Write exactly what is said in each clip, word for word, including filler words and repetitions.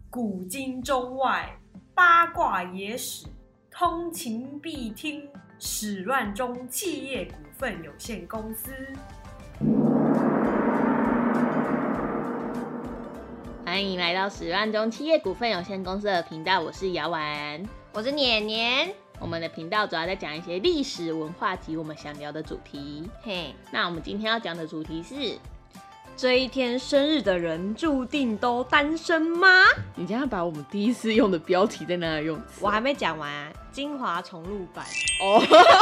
古今中外，八卦野史，通勤必听。史乱中企业股份有限公司。 欢迎来到史乱中企业股份有限公司的频道，我是姚婉， 我是年年。 我们的频道主要在讲一些历史文化及我们想聊的主题。 嘿， 那我们今天要讲的主题是： 这一天生日的人注定都单身吗？ 你这样把我们第一次用的标题在哪里用？ 我还没讲完、啊，精华重录版。 哦，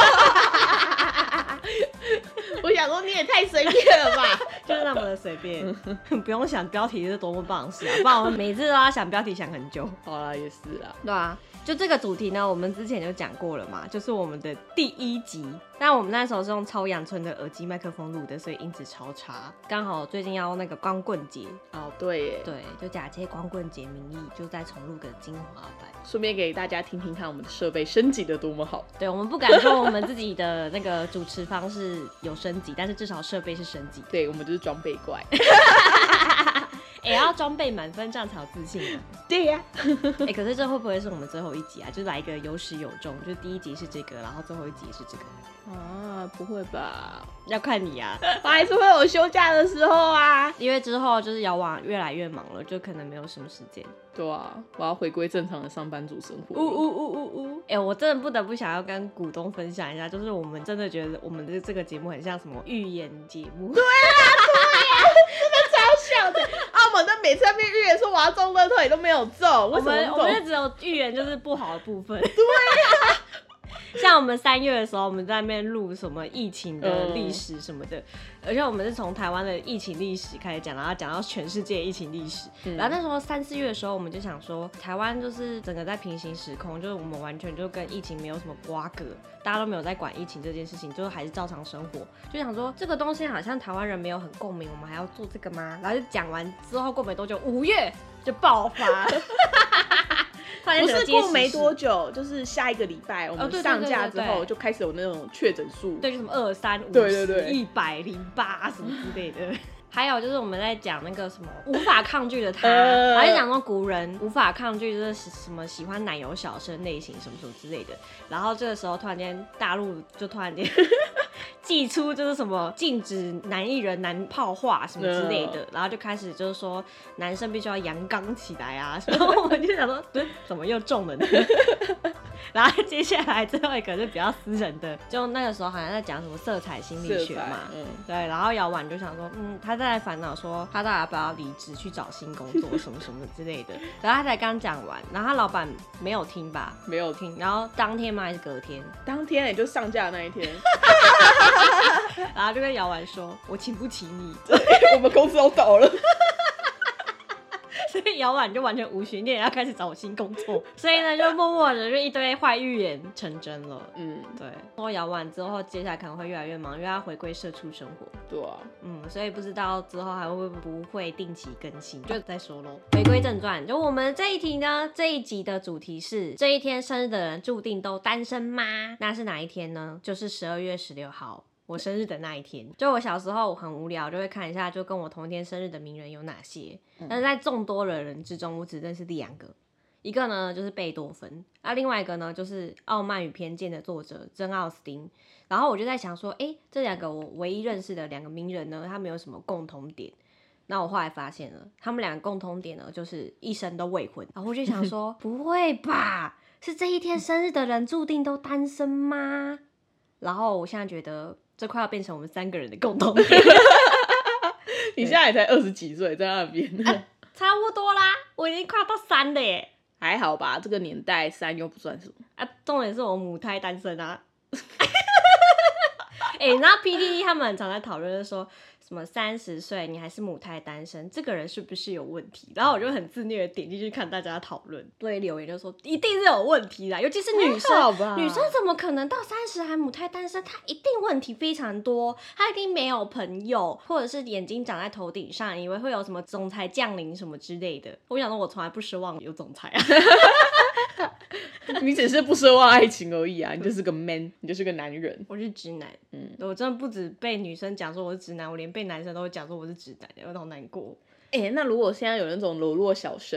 我想说你也太随便了吧， 就是那么的随便，不用想标题是多么棒的事啊，不然我们每次都要想标题想很久。 好啦，也是啦， 对啊。就这个主题呢，我们之前就讲过了嘛，就是我们的第一集，但我们那时候是用超阳春的耳机麦克风录的，所以音质超差。刚好最近要那个光棍节， 哦对耶， 对，就假借光棍节名义，就再重录个精华版， 顺便给大家听听看我们的设备升级的多么好。 对，我们不敢说我们自己的那个主持方式有升级，但是至少设备是升级。 对，我们就是装备怪。 也、欸、要装备满分，这样才有自信啊。 对呀、啊， 哎、欸，可是这会不会是我们最后一集啊？就来一个有始有终，就第一集是这个，然后最后一集是这个。 啊，不会吧？ 要看你啊， 我还是会有休假的时候啊。 因为之后就是遥望越来越忙了，就可能没有什么时间。 对啊，我要回归正常的上班族生活。 呜呜呜呜呜！哎，我真的不得不想要跟股东分享一下，就是我们真的觉得我们的这个节目很像什么预言节目。 对啊，对啊，真的超像的。啊，我们的每次在那边预言说我要中乐透也都没有中，为什么我们我们就只有预言就是不好的部分。对啊。像我们三月的时候，我们在那边录什么疫情的历史什么的，嗯、而且我们是从台湾的疫情历史开始讲，然后讲到全世界疫情历史。嗯、然后那时候三四月的时候，我们就想说，台湾就是整个在平行时空，就是我们完全就跟疫情没有什么瓜葛，大家都没有在管疫情这件事情，就还是照常生活。就想说这个东西好像台湾人没有很共鸣，我们还要做这个吗？然后就讲完之后，过没多久，五月就爆发。 不是过没多久，就是下一个礼拜我们上架之后就开始有那种确诊数， 对，就什么二三五十、一百零八什么之类的。还有就是我们在讲那个什么无法抗拒的他，呃、还是讲说古人无法抗拒就是什么喜欢奶油小生类型什么什么之类的。然后这个时候突然间大陆就突然间祭出就是什么禁止男艺人男炮化什么之类的，然后就开始就是说男生必须要阳刚起来啊，然后我们就想说，对，怎么又中了呢？然后接下来最后一个是比较私人的，就那个时候好像在讲什么色彩心理学嘛，嗯、对，然后姚婉就想说，嗯，他在烦恼说他到底要不要离职去找新工作什么什么之类的，然后他才刚讲完，然后他老板没有听吧？ 没有听， 然后当天吗还是隔天？ 当天也就上架的那一天， 然后就跟姚婉说，我请不起你， 我们公司都倒了。 所以姚婉就完全无悬念要开始找我新工作，所以呢就默默的就一堆坏预言成真了。嗯，对。说姚婉之后接下来可能会越来越忙，因为要回归社畜生活。 对啊。 嗯，所以不知道之后还会不会定期更新，就再说咯。回归正传，就我们这一题呢，这一集的主题是这一天生日的人注定都单身吗？那是哪一天呢？就是十二月十六号。我生日的那一天，就我小时候我很无聊，就会看一下，就跟我同一天生日的名人有哪些。但是在众多的人之中，我只认识两个，一个呢就是贝多芬，啊，另外一个呢就是《傲慢与偏见》的作者珍·奥斯汀。然后我就在想说，哎，这两个我唯一认识的两个名人呢，他们有什么共同点？那我后来发现了，他们两个共同点呢，就是一生都未婚。然后我就想说，不会吧？是这一天生日的人注定都单身吗？然后我现在觉得。这快要变成我们三个人的共同点。 你现在也才二十几岁，在那边、 啊，差不多啦，我已经快要到三了耶。 还好吧，这个年代三又不算什么啊。重点是我母胎单身啊。哎、欸，然后 P T T 他们很常在讨论说什么三十岁你还是母胎单身，这个人是不是有问题？然后我就很自虐的点进去看大家讨论，对留言就说一定是有问题啦，尤其是女生，女生怎么可能到三十还母胎单身？她一定问题非常多，她一定没有朋友，或者是眼睛长在头顶上，以为会有什么总裁降临什么之类的。我想说，我从来不奢望有总裁啊。 你只是不奢望爱情而已啊，你就是个 man， 你就是个男人。 我是直男，嗯，我真的不止被女生讲说我是直男，我连被男生都会讲说我是直男，我好难过。 哎、欸，那如果现在有那种裸露小生，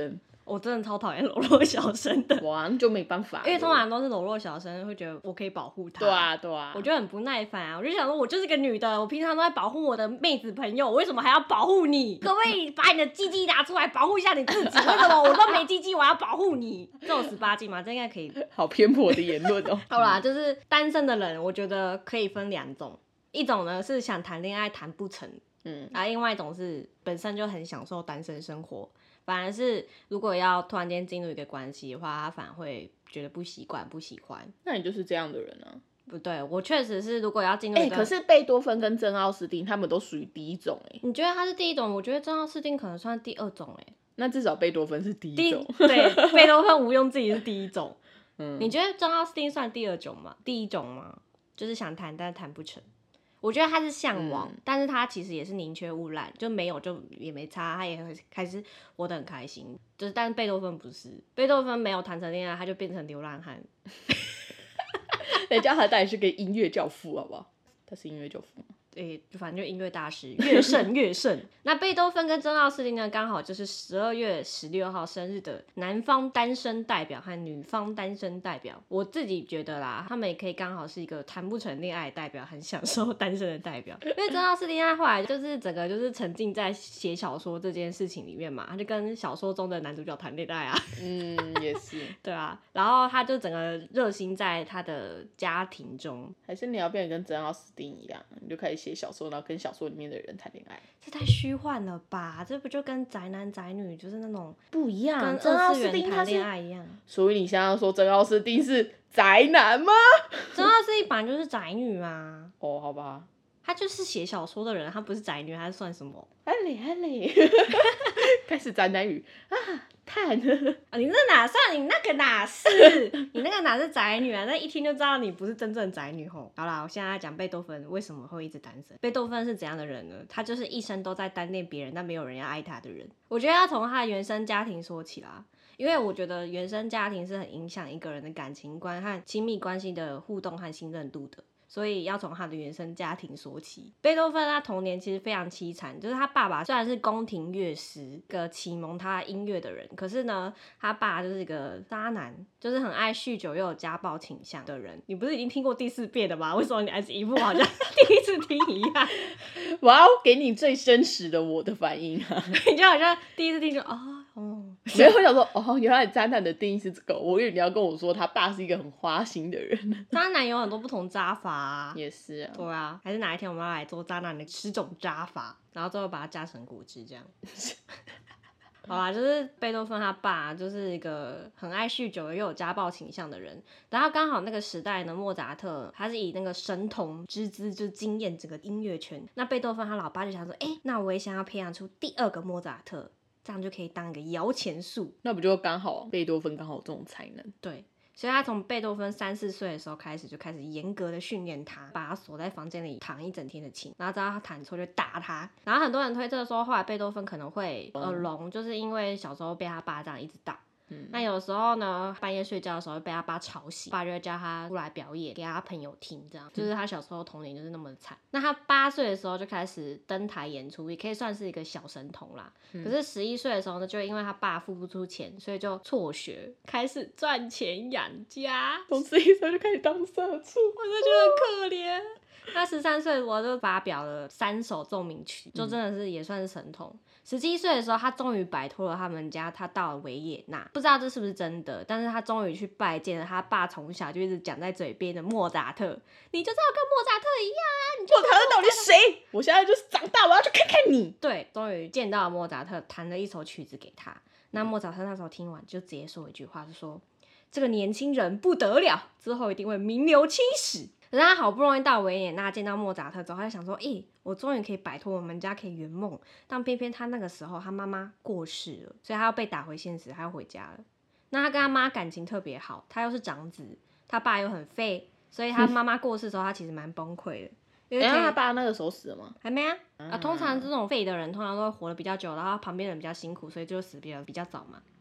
我真的超讨厌柔弱小生的。 哇，那就没办法， 因为通常都是柔弱小生会觉得我可以保护他。 对啊对啊， 我就很不耐烦啊，我就想说我就是个女的，我平常都在保护我的妹子朋友，我为什么还要保护你？可不可以把你的鸡鸡拿出来保护一下你自己？为什么我都没鸡鸡，我要保护你？这种十八禁嘛，这应该可以。 好偏颇的言论哦。 好啦，就是单身的人，我觉得可以分两种，一种呢是想谈恋爱谈不成，嗯，啊，另外一种是本身就很享受单身生活。反而是如果要突然间进入一个关系的话，他反而会觉得不习惯不喜欢。 那你就是这样的人啊？ 不对，我确实是如果要进入一个、 欸、可是贝多芬跟珍奥斯汀他们都属于第一种哎、欸。 你觉得他是第一种？我觉得珍奥斯汀可能算第二种哎、欸。 那至少贝多芬是第一种。 对，贝多芬无庸置疑是第一种。嗯，你觉得珍奥斯汀算第二种吗？第一种吗？就是想谈但谈不成。我觉得他是向往、嗯，但是他其实也是宁缺毋滥，就没有就也没差，他也会开始活得很开心。就是，但是贝多芬不是，贝多芬没有谈成恋爱，他就变成流浪汉。 人家他当然是个音乐教父，好不好？他是音乐教父吗？ 对，反正就音乐大师，越胜越胜。那贝多芬跟珍奥斯汀呢，刚好就是十二月十六号生日的男方单身代表和女方单身代表。我自己觉得啦，他们也可以刚好是一个谈不成恋爱的代表，很享受单身的代表。因为珍奥斯汀他后来就是整个就是沉浸在写小说这件事情里面嘛，他就跟小说中的男主角谈恋爱啊。 嗯，也是。 对啊，然后他就整个热心在他的家庭中。 还是你要变得跟珍奥斯汀一样，你就开始写小说，然后跟小说里面的人谈恋爱？ 这太虚幻了吧？这不就跟宅男宅女就是那种不一样， 跟二次元谈恋爱一样？ 所以你现在说珍奥斯汀是宅男吗？ 珍奥斯汀本来就是宅女啊。 哦，好吧。 他就是写小说的人，他不是宅女，他算什么？ 哈嘞哈嘞，开始宅男语啊，叹啊！你那哪算？你那个哪是？你那个哪是宅女啊？那一听就知道你不是真正宅女吼。好啦，我现在要讲贝多芬为什么会一直单身。贝多芬是怎样的人呢？他就是一生都在单恋别人，但没有人要爱他的人。我觉得要从他的原生家庭说起啦。因为我觉得原生家庭是很影响一个人的感情观和亲密关系的互动和信任度的。所以要从他的原生家庭说起。贝多芬他童年其实非常凄惨，就是他爸爸虽然是宫廷乐师，个启蒙他音乐的人，可是呢，他爸就是一个渣男，就是很爱酗酒又有家暴倾向的人。你不是已经听过第四遍了吗？为什么你还是一副好像第一次听一样？ 我要给你最真实的我的反应啊！ 你就好像第一次听就啊。哦哦， 没有，我想说，哦，原来渣男的定义是这个。我以为你要跟我说他爸是一个很花心的人。 渣男有很多不同渣法啊， 也是啊。 对啊，还是哪一天我们要来做渣男的十种渣法，然后最后把它加成果汁这样。好啦，就是贝多芬他爸就是一个很爱酗酒又有家暴倾向的人，然后刚好那个时代呢，莫扎特他是以那个神童之姿就惊艳整个音乐圈。那贝多芬他老爸就想说，哎、欸，那我也想要培养出第二个莫扎特。这样就可以当一个摇钱树， 那不就刚好贝多芬刚好有这种才能？ 对，所以他从贝多芬三四岁的时候开始就开始严格的训练他，把他锁在房间里弹一整天的琴，然后只要他弹错就打他。然后很多人推测说，后来贝多芬可能会耳聋，就是因为小时候被他爸这样一直打。嗯、那有时候呢，半夜睡觉的时候会被他爸吵醒，爸就会叫他出来表演给他朋友听，这样就是他小时候童年就是那么惨。那他八岁的时候就开始登台演出，也可以算是一个小神童啦。嗯、可是十一岁的时候呢，就因为他爸付不出钱，所以就辍学，开始赚钱养家。 从十一岁就开始当社畜，我真的觉得很可怜。他十三岁我就发表了三首奏鸣曲，就真的是也算是神童。十七岁的时候，他终于摆脱了他们家，他到了维也纳，不知道这是不是真的，但是他终于去拜见了他爸从小就一直讲在嘴边的莫扎特。你就知道跟莫扎特一样啊！你就莫扎特到底是谁？我现在就是长大，我要去看看你。 对，终于见到了莫扎特，弹了一首曲子给他。那莫扎特那时候听完就直接说一句话，就说这个年轻人不得了，之后一定会名留青史。可是他好不容易到维也纳见到莫扎特之后，他就想说，诶、欸，我终于可以摆脱我们家可以圆梦。但偏偏他那个时候他妈妈过世了，所以他要被打回现实，他要回家了。那他跟他妈感情特别好，他又是长子，他爸又很废，所以他妈妈过世的时候他其实蛮崩溃的。因为他爸那个时候死了吗？ 还没啊。啊，通常这种废的人通常都会活得比较久，然后旁边人比较辛苦，所以就死比较比较早嘛。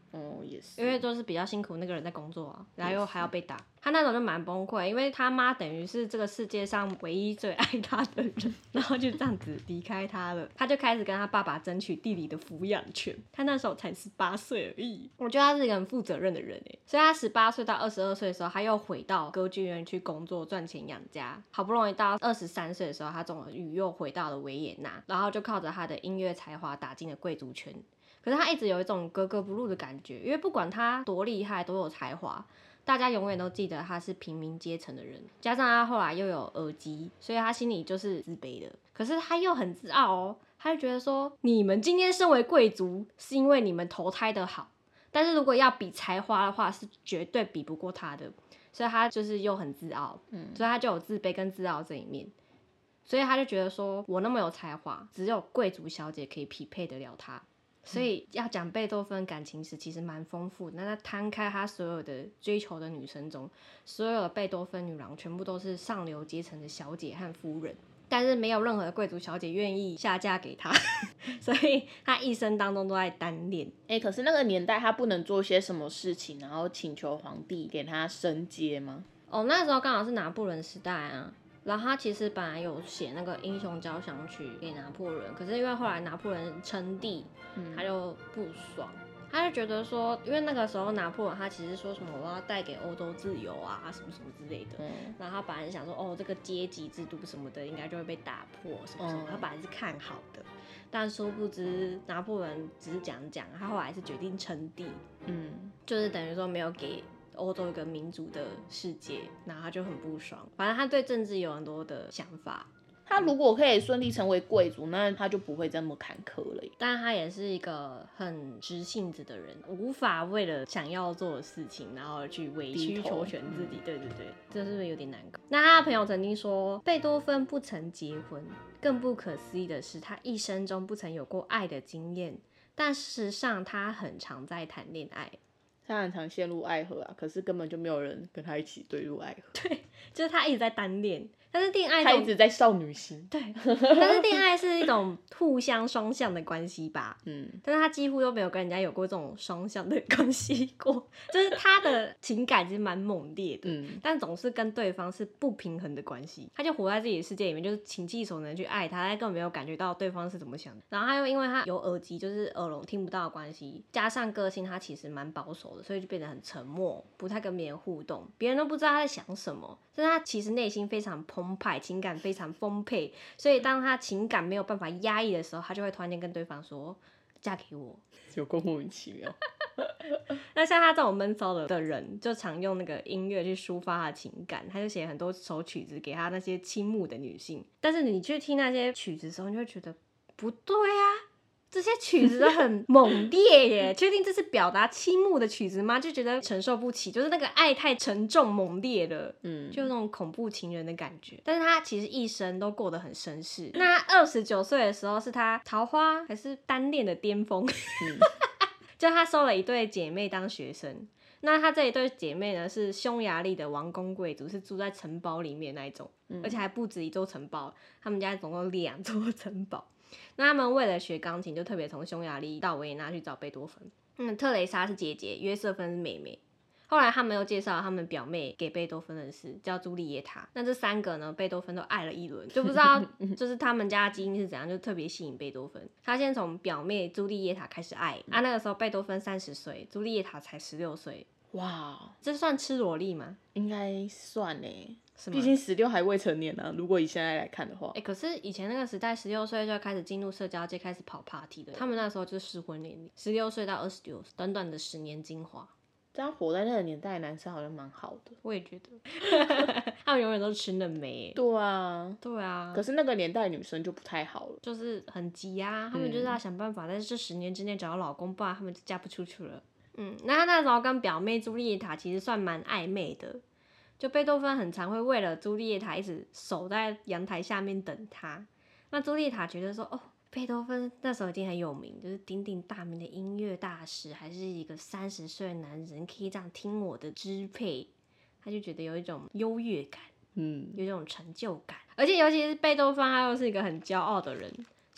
哦，也是， 因为都是比较辛苦那个人在工作啊，然后又还要被打，他那种就蛮崩溃，因为他妈等于是这个世界上唯一最爱他的人，然后就这样子离开他了，他就开始跟他爸爸争取弟弟的抚养权。他那时候才十八岁而已，我觉得他是一个很负责任的人耶，所以他十八岁到二十二岁的时候，他又回到歌剧院去工作赚钱养家。好不容易到二十三岁的时候，他终于又回到了维也纳，然后就靠着他的音乐才华打进了贵族圈。可是他一直有一种格格不入的感觉，因为不管他多厉害多有才华，大家永远都记得他是平民阶层的人，加上他后来又有耳疾，所以他心里就是自卑的。可是他又很自傲哦，他就觉得说，你们今天身为贵族是因为你们投胎的好，但是如果要比才华的话是绝对比不过他的，所以他就是又很自傲，嗯，所以他就有自卑跟自傲这一面，所以他就觉得说，我那么有才华，只有贵族小姐可以匹配得了他。所以要讲贝多芬感情史其实蛮丰富的，那他摊开他所有的追求的女生中，所有的贝多芬女郎全部都是上流阶层的小姐和夫人，但是没有任何的贵族小姐愿意下嫁给他，所以他一生当中都在单恋。 哎、欸，可是那个年代他不能做些什么事情，然后请求皇帝给他升阶吗？ 哦，那时候刚好是拿破仑时代啊。然后他其实本来有写那个英雄交响曲给拿破仑，可是因为后来拿破仑称帝，嗯、他就不爽，他就觉得说，因为那个时候拿破仑他其实说什么我要带给欧洲自由啊什么什么之类的，嗯、然后他本来想说哦这个阶级制度什么的应该就会被打破什么什么，嗯、他本来是看好的，但殊不知拿破仑只是讲讲，他后来是决定称帝，嗯，就是等于说没有给欧洲一个民主的世界，然后他就很不爽。反正他对政治有很多的想法。 他如果可以顺利成为贵族，那他就不会这么坎坷了。 但他也是一个很直性子的人，无法为了想要做的事情，然后去委曲求全自己。对对对，这是不是有点难搞？那他的朋友曾经说，贝多芬不曾结婚，更不可思议的是，他一生中不曾有过爱的经验。但事实上，他很常在谈恋爱。 他很常陷入爱河啊，可是根本就没有人跟他一起坠入爱河。 对，就是他一直在单恋，但是恋爱他一直在少女心。 对，但是恋爱是一种互相双向的关系吧，嗯，但是他几乎都没有跟人家有过这种双向的关系过，就是他的情感其实蛮猛烈的，嗯，但总是跟对方是不平衡的关系，他就活在自己的世界里面，就是倾其所能去爱他，他根本没有感觉到对方是怎么想的。然后他又因为他有耳机，就是耳聋听不到的关系，加上个性他其实蛮保守的，所以就变得很沉默，不太跟别人互动，别人都不知道他在想什么，但是他其实内心非常澎湃，情感非常丰沛，所以当他情感没有办法压抑的时候，他就会突然间跟对方说嫁给我， 有够莫名其妙。 那像他这种闷骚的人，就常用那个音乐去抒发他的情感，他就写很多首曲子给他那些倾慕的女性，但是你去听那些曲子的时候，你就会觉得不对啊，这些曲子都很猛烈耶，确定这是表达倾慕的曲子吗？就觉得承受不起，就是那个爱太沉重猛烈了，嗯，就那种恐怖情人的感觉。但是他其实一生都过得很绅士。那二十九岁的时候是他桃花还是单恋的巅峰，嗯、就他收了一对姐妹当学生。那他这一对姐妹呢，是匈牙利的王公贵族，是住在城堡里面那一种，嗯、而且还不止一座城堡，他们家总共两座城堡。那他们为了学钢琴，就特别从匈牙利到维也纳去找贝多芬。嗯，特蕾莎是姐姐，约瑟芬是妹妹。后来他们又介绍他们表妹给贝多芬认识，叫朱丽叶塔。那这三个呢，贝多芬都爱了一轮，就不知道就是他们家的基因是怎样，就特别吸引贝多芬。他先从表妹朱丽叶塔开始爱，啊，那个时候贝多芬三十岁，朱丽叶塔才十六岁。哇，这算吃萝莉吗？ 应该算耶，毕竟十六还未成年啊。如果以现在来看的话， 哎、欸，可是以前那个时代，十六岁就开始进入社交界，开始跑 party 的。他们那时候就是适婚年龄，十六岁到二十六，短短的十年精华。 这样活在那个年代，男生好像蛮好的。 我也觉得，他们永远都是吃嫩梅。 对啊， 对啊。 可是那个年代女生就不太好了， 就是很急啊，他们就是要想办法，嗯、在这十年之内找到老公，不然他们就嫁不出去了。嗯，那他那时候跟表妹朱丽叶塔其实算蛮暧昧的，就贝多芬很常会为了朱丽叶塔一直守在阳台下面等他。那朱丽叶塔觉得说，哦，贝多芬那时候已经很有名，就是鼎鼎大名的音乐大师，还是一个三十岁的男人可以这样听我的支配，他就觉得有一种优越感，嗯，有一种成就感，而且尤其是贝多芬，他又是一个很骄傲的人。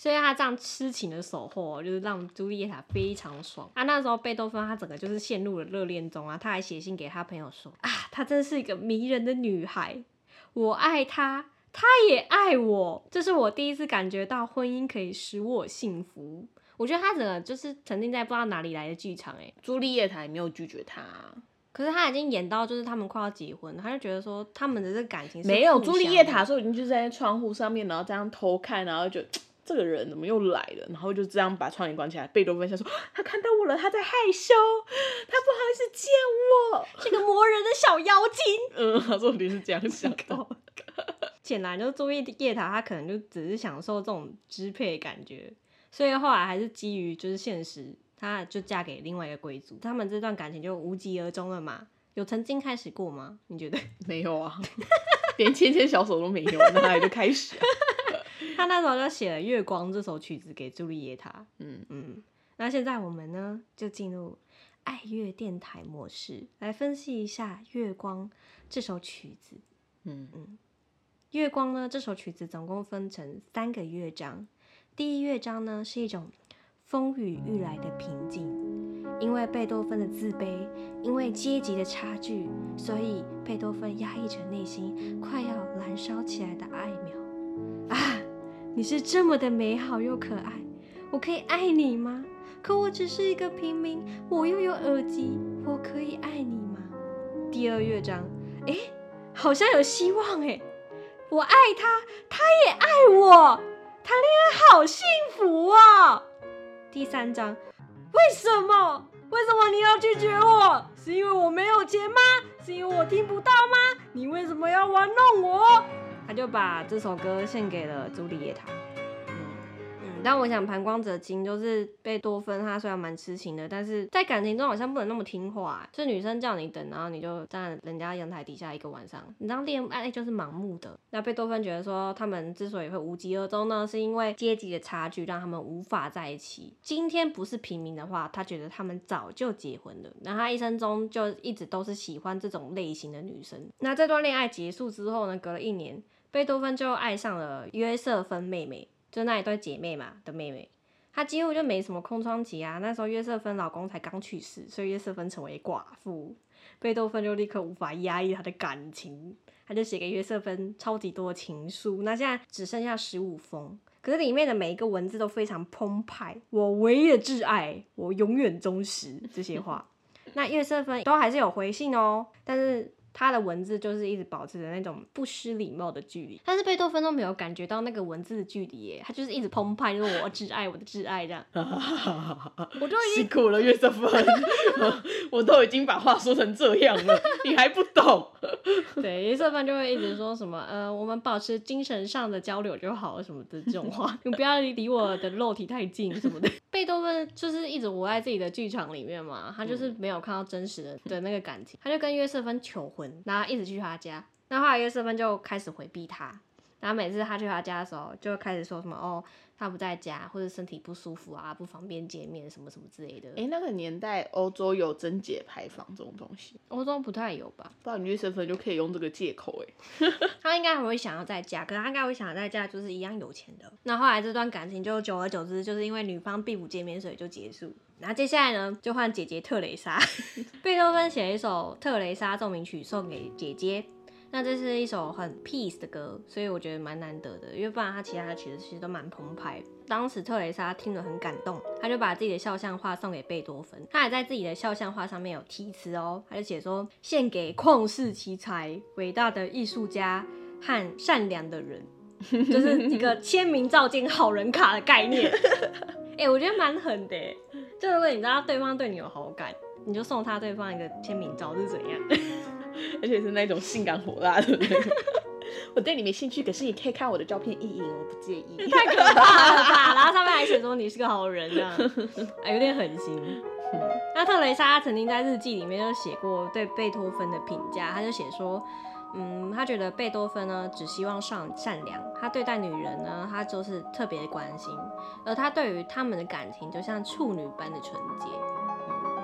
所以他这样痴情的守候，就是让朱丽叶塔非常爽。啊，那时候贝多芬他整个就是陷入了热恋中啊，他还写信给他朋友说啊，她真是一个迷人的女孩，我爱她，她也爱我，这是我第一次感觉到婚姻可以使我幸福。我觉得他整个就是沉浸在不知道哪里来的剧场，哎， 朱丽叶塔也没有拒绝他、啊。 可是他已经演到就是他们快要结婚，他就觉得说他们的这个感情是没有。朱丽叶塔的时候已经就在窗户上面，然后这样偷看，然后就这个人怎么又来了，然后就这样把窗帘关起来。贝多芬想说他看到我了，他在害羞，他不好意思见我， 是个磨人的小妖精。 嗯，他说你是这样想的。 显然就是朱丽叶塔他可能就只是享受这种支配的感觉，所以后来还是基于就是现实，她就嫁给另外一个贵族，他们这段感情就无疾而终了嘛。有曾经开始过吗？你觉得？ 没有啊，连牵牵小手都没有，那哪里就开始啊？ 他那时候就写了《月光》这首曲子给朱丽叶塔。嗯嗯，那现在我们呢就进入爱乐电台模式，来分析一下《月光》这首曲子。嗯嗯，月光呢这首曲子总共分成三个乐章。第一乐章呢是一种风雨欲来的平静，因为贝多芬的自卑，因为阶级的差距，所以贝多芬压抑着内心快要燃烧起来的爱苗。啊，你是这么的美好又可爱，我可以爱你吗？可我只是一个平民，我又有耳疾，我可以爱你吗？第二乐章，哎，好像有希望哎，我爱他，他也爱我，谈恋爱好幸福啊！第三章，为什么？为什么你要拒绝我？是因为我没有钱吗？是因为我听不到吗？你为什么要玩弄我？他就把这首歌献给了朱丽叶塔。但我想旁观者清，就是贝多芬他虽然蛮痴情的，但是在感情中好像不能那么听话、欸，就女生叫你等，然后你就站在人家阳台底下一个晚上，你这样恋爱就是盲目的。那贝多芬觉得说他们之所以会无疾而终呢，是因为阶级的差距让他们无法在一起。今天不是平民的话，他觉得他们早就结婚了，然后他一生中就一直都是喜欢这种类型的女生。那这段恋爱结束之后呢，隔了一年，贝多芬就爱上了约瑟芬妹妹，就那一对姐妹嘛的妹妹，她几乎就没什么空窗期啊。那时候约瑟芬老公才刚去世，所以约瑟芬成为寡妇，贝多芬就立刻无法压抑他的感情，他就写给约瑟芬超级多的情书。那现在只剩下十五封，可是里面的每一个文字都非常澎湃，我唯一的挚爱，我永远忠实这些话。那约瑟芬都还是有回信哦，但是他的文字就是一直保持着那种不失礼貌的距离，但是贝多芬都没有感觉到那个文字的距离耶，他就是一直澎湃，就是我挚爱，我的挚爱这样。我就已经辛苦了约瑟芬，我都已经把话说成这样了，你还不懂？ 对，约瑟芬就会一直说什么呃，我们保持精神上的交流就好什么的这种话，你不要离我的肉体太近什么的。贝多芬就是一直活在自己的剧场里面嘛，他就是没有看到真实的的那个感情，他就跟约瑟芬求婚，然后一直去他家，那后来约瑟芬就开始回避他，然后每次他去他家的时候，就开始说什么哦，他不在家，或者身体不舒服啊，不方便见面什么什么之类的。 哎、欸，那个年代欧洲有贞节牌坊这种东西， 欧洲不太有吧？ 不然约瑟芬就可以用这个借口哎。 他应该还会想要在家，可是他应该会想要在家，就是一样有钱的。那后来这段感情就久而久之，就是因为女方避不见面，所以就结束。然后接下来呢，就换姐姐特蕾莎。贝多芬写了一首《特蕾莎奏鸣曲》送给姐姐。那这是一首很 peace 的歌，所以我觉得蛮难得的，因为不然他其他的曲子其实都蛮澎湃。当时特蕾莎听了很感动，他就把自己的肖像画送给贝多芬，他还在自己的肖像画上面有题词哦，他就写说献给旷世奇才、伟大的艺术家和善良的人，就是一个签名照兼好人卡的概念。哎、欸，我觉得蛮狠的耶，就如果你知道对方对你有好感，你就送他对方一个签名照是怎样？ 而且是那种性感火辣的那种。我对你没兴趣，可是你可以看我的照片意淫，我不介意。 太可怕了吧！然后上面还写说你是个好人，这样，哎，有点狠心。嗯、那特蕾莎曾经在日记里面就写过对贝多芬的评价，他就写说，嗯，他觉得贝多芬呢只希望善善良，他对待女人呢，他就是特别的关心，而他对于他们的感情就像处女般的纯洁。嗯，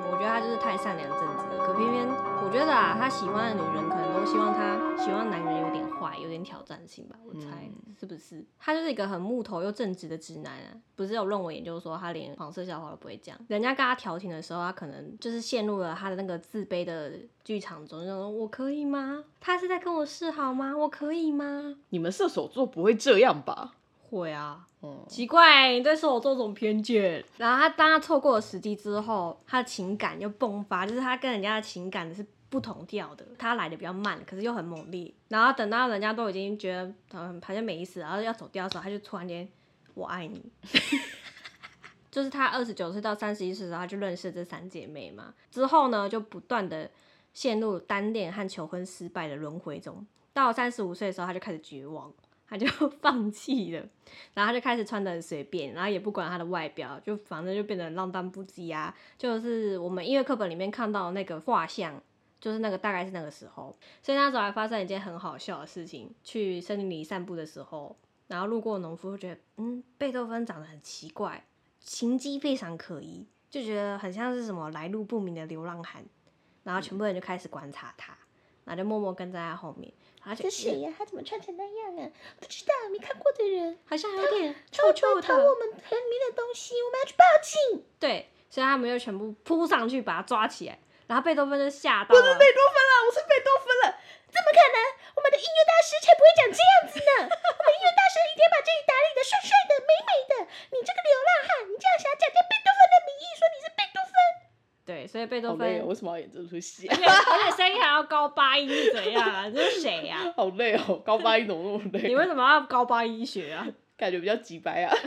我觉得他就是太善良正直了。可偏偏我觉得啊，他喜欢的女人可能都希望他喜欢男人有点坏，有点挑战性吧，我猜、嗯、是不是？他就是一个很木头又正直的直男啊。不是有论文研究说他连黄色笑话都不会讲，人家跟他调情的时候，他可能就是陷入了他的那个自卑的剧场中，就说我可以吗？他是在跟我示好吗？我可以吗？ 你们射手座不会这样吧？ 会啊， 嗯， 奇怪，你对射手座有什么偏见？然后他当他错过了时机之后，他的情感又迸发，就是他跟人家的情感是不同调的，他来的比较慢，可是又很猛烈。然后等到人家都已经觉得嗯好像没意思，然后要走掉的时候，他就突然间我爱你。就是他二十九岁到三十一岁的时候，他就认识这三姐妹嘛。之后呢，就不断的陷入单恋和求婚失败的轮回中。到三十五岁的时候，他就开始绝望。他就放弃了，然后他就开始穿得很随便，然后也不管他的外表，就反正就变得浪荡不羁啊。就是我们音乐课本里面看到那个画像，就是那个大概是那个时候。所以那时候还发生一件很好笑的事情，去森林里散步的时候，然后路过农夫，就觉得嗯，贝多芬长得很奇怪，行迹非常可疑，就觉得很像是什么来路不明的流浪汉。然后全部人就开始观察他，然后就默默跟在他后面。 这谁呀、啊？他怎么穿成那样啊？不知道，没看过的人， 好像有点臭臭的。 偷我们田里的东西，我们要去报警。 对，所以他们就全部扑上去把他抓起来，然后贝多芬就吓到了。 不是贝多芬啦，我是贝多芬了，怎么可能？我们的音乐大师才不会讲这样子呢！我们音乐大师一定把这里打理的帅帅的、美美的。你这个流浪汉，你这样想假借贝多芬的名义说你是贝多芬？ 对，所以贝多芬好累、哦，为什么要演这出戏、 啊？而且声音还要高八音是怎样啊？这是谁呀、啊？ 好累哦，高八音怎么那么累？ 你为什么要高八音学啊？ 感觉比较直白啊。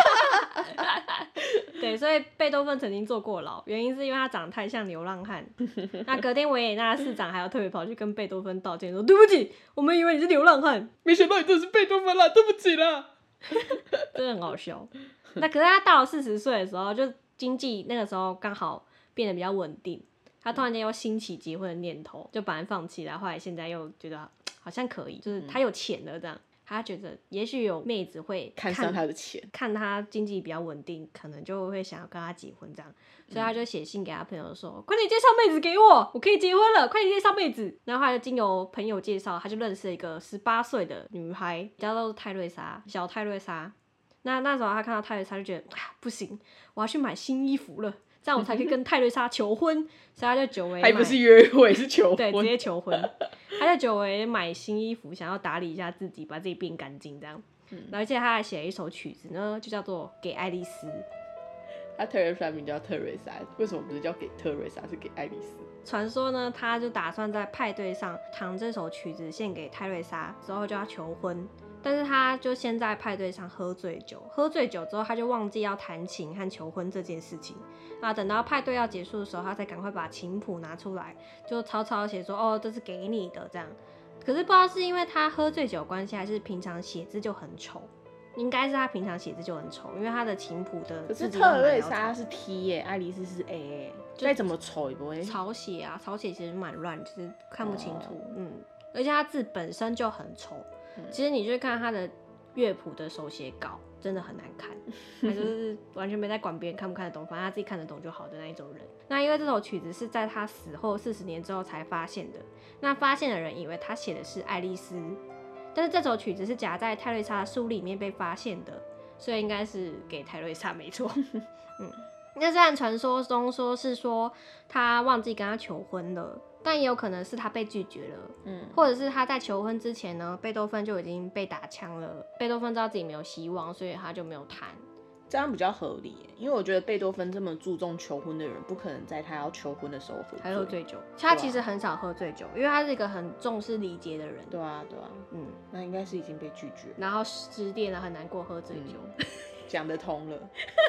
对，所以贝多芬曾经坐过牢，原因是因为他长得太像流浪汉。那隔天维也纳市长还要特别跑去跟贝多芬道歉，说对不起，我们以为你是流浪汉， 没想到你真的是贝多芬啦，对不起啦。 真的很好笑。那可是他到了四十岁的时候，就经济那个时候刚好变得比较稳定，他突然间又兴起结婚的念头，就本来放弃了，后来现在又觉得好像可以，就是他有钱了这样。他觉得也许有妹子会 看, 看上他的钱， 看他经济比较稳定，可能就会想要跟他结婚这样，所以他就写信给他朋友说、嗯、快点介绍妹子给我，我可以结婚了，快点介绍妹子。然后他就经由朋友介绍，他就认识了一个十八岁的女孩，叫做泰瑞莎，小泰瑞莎。那那时候他看到泰瑞莎就觉得啊不行，我要去买新衣服了，这样我才可以跟泰瑞莎求婚。所以他就久违还不是约会，是求婚， 对，直接求婚。他就久违买新衣服，想要打理一下自己，把自己变干净这样。嗯，而且他还写了一首曲子呢，就叫做《给爱丽丝》。 他特瑞莎名叫特瑞莎，为什么不是叫给特瑞莎，是给爱丽丝？ 传说呢，他就打算在派对上弹这首曲子献给泰瑞莎，之后就要求婚。但是他就先在派对上喝醉酒，喝醉酒之后他就忘记要弹琴和求婚这件事情。那等到派对要结束的时候，他才赶快把琴谱拿出来，就草草写说：“哦，这是给你的。”这样。可是不知道是因为他喝醉酒的关系，还是平常写字就很丑。应该是他平常写字就很丑，因为他的琴谱的字可是特瑞莎是 T 耶、欸，爱丽丝是 A 耶、欸，再怎么丑也不会草写啊，草写其实蛮乱，就是看不清楚。哦、嗯，而且他字本身就很丑。其实你去看他的乐谱的手写稿，真的很难看，他就是完全没在管别人看不看得懂，反正他自己看得懂就好的那一种人。那因为这首曲子是在他死后四十年之后才发现的，那发现的人以为他写的是爱丽丝，但是这首曲子是夹在泰瑞莎的书里面被发现的，所以应该是给泰瑞莎没错。嗯，那虽然传说中说是说他忘记跟他求婚了，但也有可能是他被拒绝了，嗯，或者是他在求婚之前呢，贝多芬就已经被打枪了。贝多芬知道自己没有希望，所以他就没有弹。 这样比较合理耶，因为我觉得贝多芬这么注重求婚的人，不可能在他要求婚的时候喝醉， 还喝醉酒。他其实很少喝醉酒，因为他是一个很重视礼节的人。 对啊，对啊，嗯，那应该是已经被拒绝， 然后失恋了，很难过，喝醉酒， 讲、嗯、得通了。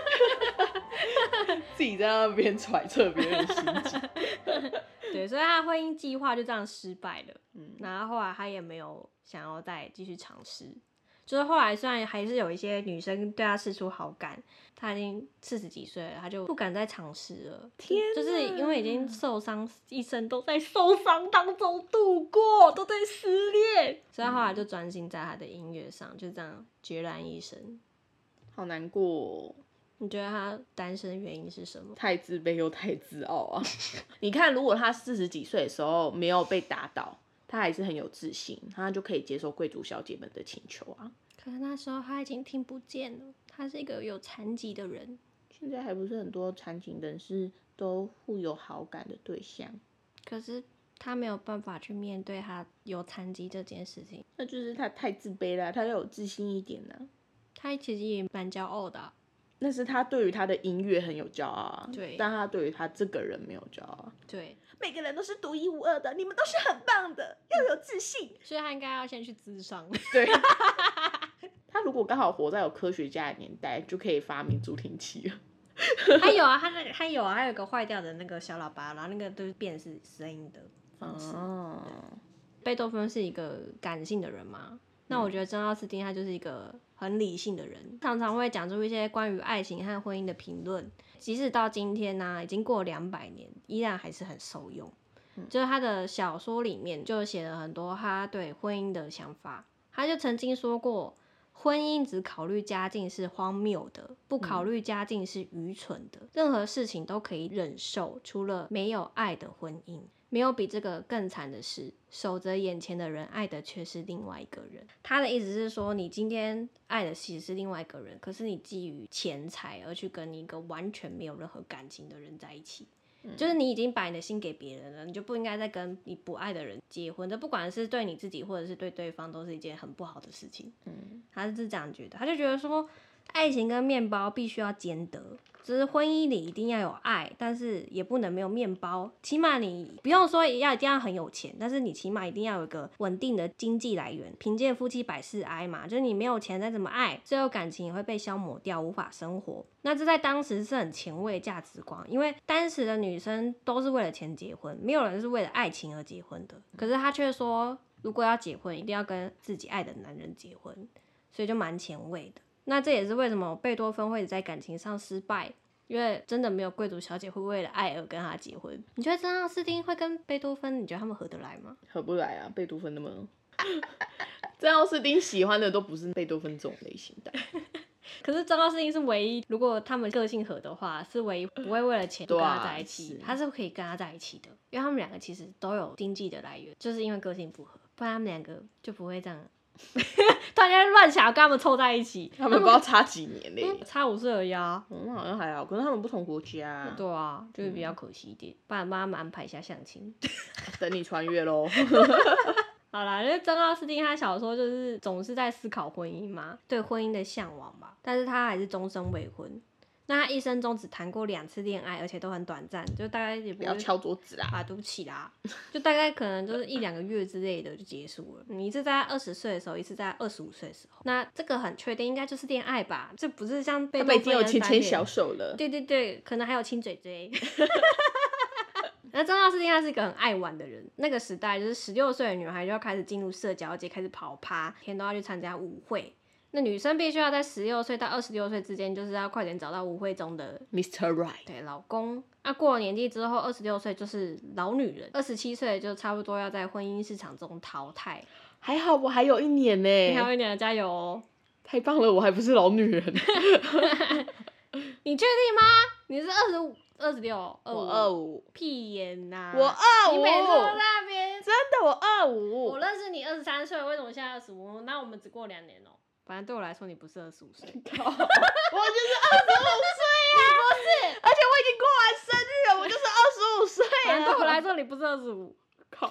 自己在那边揣测别人的心情。 对，所以他的婚姻计划就这样失败了。嗯，然后后来他也没有想要再继续尝试。就是后来虽然还是有一些女生对他释出好感，他已经四十几岁了，他就不敢再尝试了。 天， 就是因为已经受伤，一生都在受伤当中度过，都在失恋，所以他后来就专心在他的音乐上，就这样孑然一身。 好难过哦。 你觉得他单身的原因是什么？ 太自卑又太自傲啊！你看，如果他四十几岁的时候没有被打倒，他还是很有自信，他就可以接受贵族小姐们的请求啊。 可是那时候他已经听不见了，他是一个有残疾的人。 现在还不是很多残疾人士都互有好感的对象， 可是他没有办法去面对他有残疾这件事情， 那就是他太自卑了，他要有自信一点呢、啊。 他其实也蛮骄傲的、啊。 那是他对于他的音乐很有骄傲啊， 对， 但他对于他这个人没有骄傲。 对， 每个人都是独一无二的，你们都是很棒的，要有自信。 所以他应该要先去咨商。 对，他如果刚好活在有科学家的年代，就可以发明助听器了。 他有啊，他那他有啊，还有个坏掉的那个小喇叭，然后那个都是辨识声音的方式。哦，贝多芬是一个感性的人嘛，那我觉得珍奥斯汀他就是一个很理性的人，常常会讲出一些关于爱情和婚姻的评论，即使到今天呢、啊，已经过两百年，依然还是很受用。嗯、就是他的小说里面就写了很多他对婚姻的想法，他就曾经说过，婚姻只考虑家境是荒谬的，不考虑家境是愚蠢的。任何事情都可以忍受，除了没有爱的婚姻。没有比这个更惨的事，守着眼前的人，爱的却是另外一个人。他的意思是说，你今天爱的其实是另外一个人，可是你基于钱财而去跟一个完全没有任何感情的人在一起。嗯、就是你已经把你的心给别人了，你就不应该再跟你不爱的人结婚。这不管是对你自己或者是对对方，都是一件很不好的事情。嗯，他是这样觉得，他就觉得说，爱情跟面包必须要兼得，就是婚姻里一定要有爱，但是也不能没有面包。起码你不用说要一定要很有钱，但是你起码一定要有一个稳定的经济来源。贫贱夫妻百事哀嘛，就是你没有钱再怎么爱，最后感情也会被消磨掉，无法生活。那这在当时是很前卫的价值观，因为当时的女生都是为了钱结婚，没有人是为了爱情而结婚的。可是他却说，如果要结婚，一定要跟自己爱的男人结婚，所以就蛮前卫的。那这也是为什么贝多芬会在感情上失败，因为真的没有贵族小姐会为了爱而跟他结婚。你觉得珍奥斯汀会跟贝多芬，你觉得他们合得来吗？ 合不来啊，贝多芬那么珍奥斯汀喜欢的都不是贝多芬这种类型的。 可是珍奥斯汀是唯一，如果他们个性合的话，是唯一不会为了钱跟他在一起，啊、他是可以跟他在一起的，因为他们两个其实都有经济的来源，就是因为个性不合，不然他们两个就不会这样。突然间乱想要跟他们凑在一起， 他们不知道差几年嘞、 嗯，差五岁而已啊。 嗯，好像还好，可是他们不同国家。 对啊，就是比较可惜一点，不然帮他们安排一下相亲。 等你穿越咯。 好啦，因为珍奥斯汀他小时候就是总是在思考婚姻嘛，对婚姻的向往吧，但是他还是终身未婚。那他一生中只谈过两次恋爱，而且都很短暂，就大概也不会不要敲桌子啦， 啊，对不起啦，就大概可能就是一两个月之类的就结束了。你一次在二十岁的时候，一次在二十五岁的时候，那这个很确定应该就是恋爱吧？这不是像贝多芬已经有牵牵小手了， 对对对，可能还有亲嘴嘴。那珍奥斯汀他是一个很爱玩的人，那个时代就是十六岁的女孩就要开始进入社交界，开始跑趴，天都要去参加舞会。那女生必须要在十六岁到二十六岁之间，就是要快点找到舞会中的 Mister Right， 对，老公。那、啊、过了年纪之后，二十六岁就是老女人，二十七岁就差不多要在婚姻市场中淘汰。 还好我还有一年呢， 你还有一年，加油哦！ 太棒了，我还不是老女人。 你确定吗？你是二十五、二十六、二五？ 我二五。 屁眼呐！ 我二五。 你每次都在那边。 真的，我二五。 我认识你二十三岁，为什么现在二十五？那我们只过两年哦。反正对我来说，你不是二十五岁，我就是二十五岁呀！ 你不是， 而且我已经过完生日了，我就是二十五岁了。 反正对我来说，你不是二十五。 靠！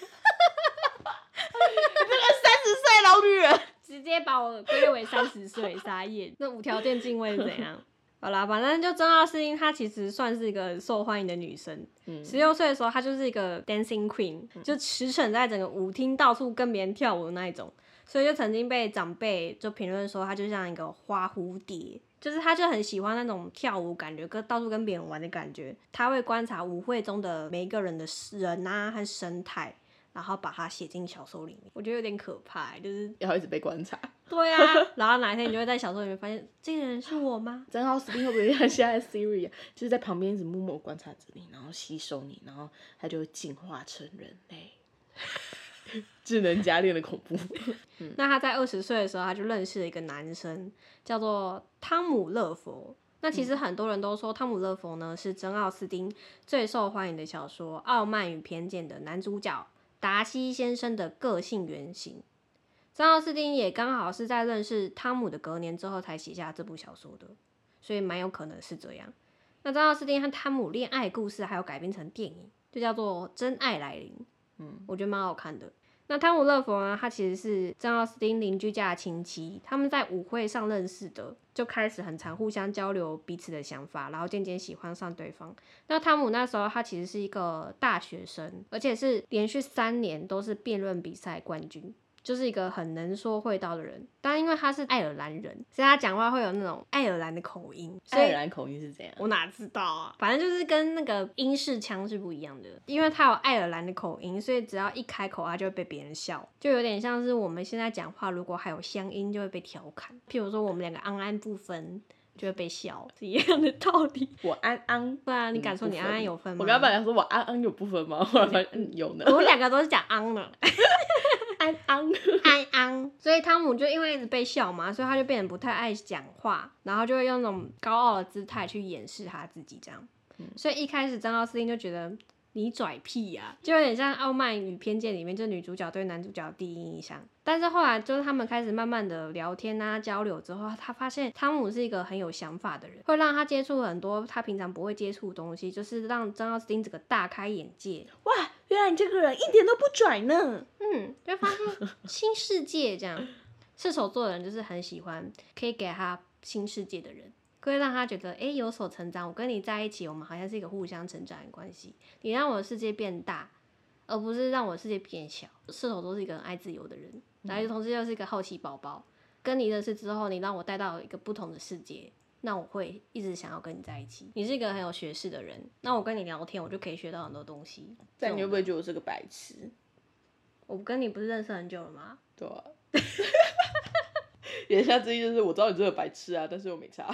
你这个三十岁老女人， 直接把我归类为三十岁，傻眼。那无条件敬畏是怎样？好啦，反正就珍奥斯汀，她其实算是一个受欢迎的女生。十六岁的时候，她就是一个 dancing queen，、嗯、就驰骋在整个舞厅，到处跟别人跳舞的那一种。所以就曾经被长辈就评论说，她就像一个花蝴蝶，就是她就很喜欢那种跳舞感觉，跟到处跟别人玩的感觉。她会观察舞会中的每一个人的人啊和生态，然后把它写进小说里面。我觉得有点可怕，就是要一直被观察。 对啊，然后哪一天你就会在小说里面发现，这个人是我吗？ 珍奥斯汀会不会像现在 Siri 啊，就是在旁边一直默默观察着你，然后吸收你，然后他就会进化成人类。智能家电的恐怖。嗯、 那他在二十岁的时候，他就认识了一个男生，叫做汤姆·勒佛。 那其实很多人都说汤姆勒佛呢是珍奥斯汀最受欢迎的小说《傲慢与偏见》的男主角达西先生的个性原型。珍奥斯汀也刚好是在认识汤姆的隔年之后才写下这部小说的，所以蛮有可能是这样。那珍奥斯汀和汤姆恋爱故事还有改编成电影，就叫做《真爱来临》，嗯，我觉得蛮好看的。那汤姆勒佛呢，他其实是珍奥斯汀邻居家的亲戚，他们在舞会上认识的，就开始很常互相交流彼此的想法，然后渐渐喜欢上对方。那汤姆那时候他其实是一个大学生，而且是连续三年都是辩论比赛冠军，就是一个很能说会道的人。但因为他是爱尔兰人，所以他讲话会有那种爱尔兰的口音。 爱尔兰口音是怎样？ 我哪知道啊，反正就是跟那个英式腔是不一样的。因为他有爱尔兰的口音，所以只要一开口他就会被别人笑，就有点像是我们现在讲话如果还有乡音就会被调侃。譬如说我们两个安安不分就会被笑，是一样的道理。 我安安， 对啊，你敢说你安安有分吗？ 我刚刚本来说我安安有不分吗？后来发现嗯有呢。 我们两个都是讲安的。 安安安安，所以汤姆就因为一直被笑嘛，所以他就变得不太爱讲话，然后就会用那种高傲的姿态去掩饰他自己这样。嗯、所以一开始珍奥斯汀就觉得你拽屁呀、啊，就有点像《傲慢与偏见》里面就女主角对男主角的第一印象。但是后来就是他们开始慢慢的聊天啊交流之后，他发现汤姆是一个很有想法的人，会让他接触很多他平常不会接触的东西，就是让珍奥斯汀整个大开眼界。 哇，原来你这个人一点都不拽呢。 嗯，就发现新世界这样。射手座的人就是很喜欢可以给他新世界的人，会让他觉得哎、欸、有所成长。我跟你在一起，我们好像是一个互相成长的关系。你让我的世界变大，而不是让我的世界变小。射手座是一个很爱自由的人，然后同时又是一个好奇宝宝。跟你认识之后，你让我带到一个不同的世界，那我会一直想要跟你在一起。你是一个很有学识的人，那我跟你聊天，我就可以学到很多东西。 但你会不会觉得我是个白痴？ 我跟你不是认识很久了吗？ 对啊。言下之意就是我知道你这个白痴啊，但是我没差。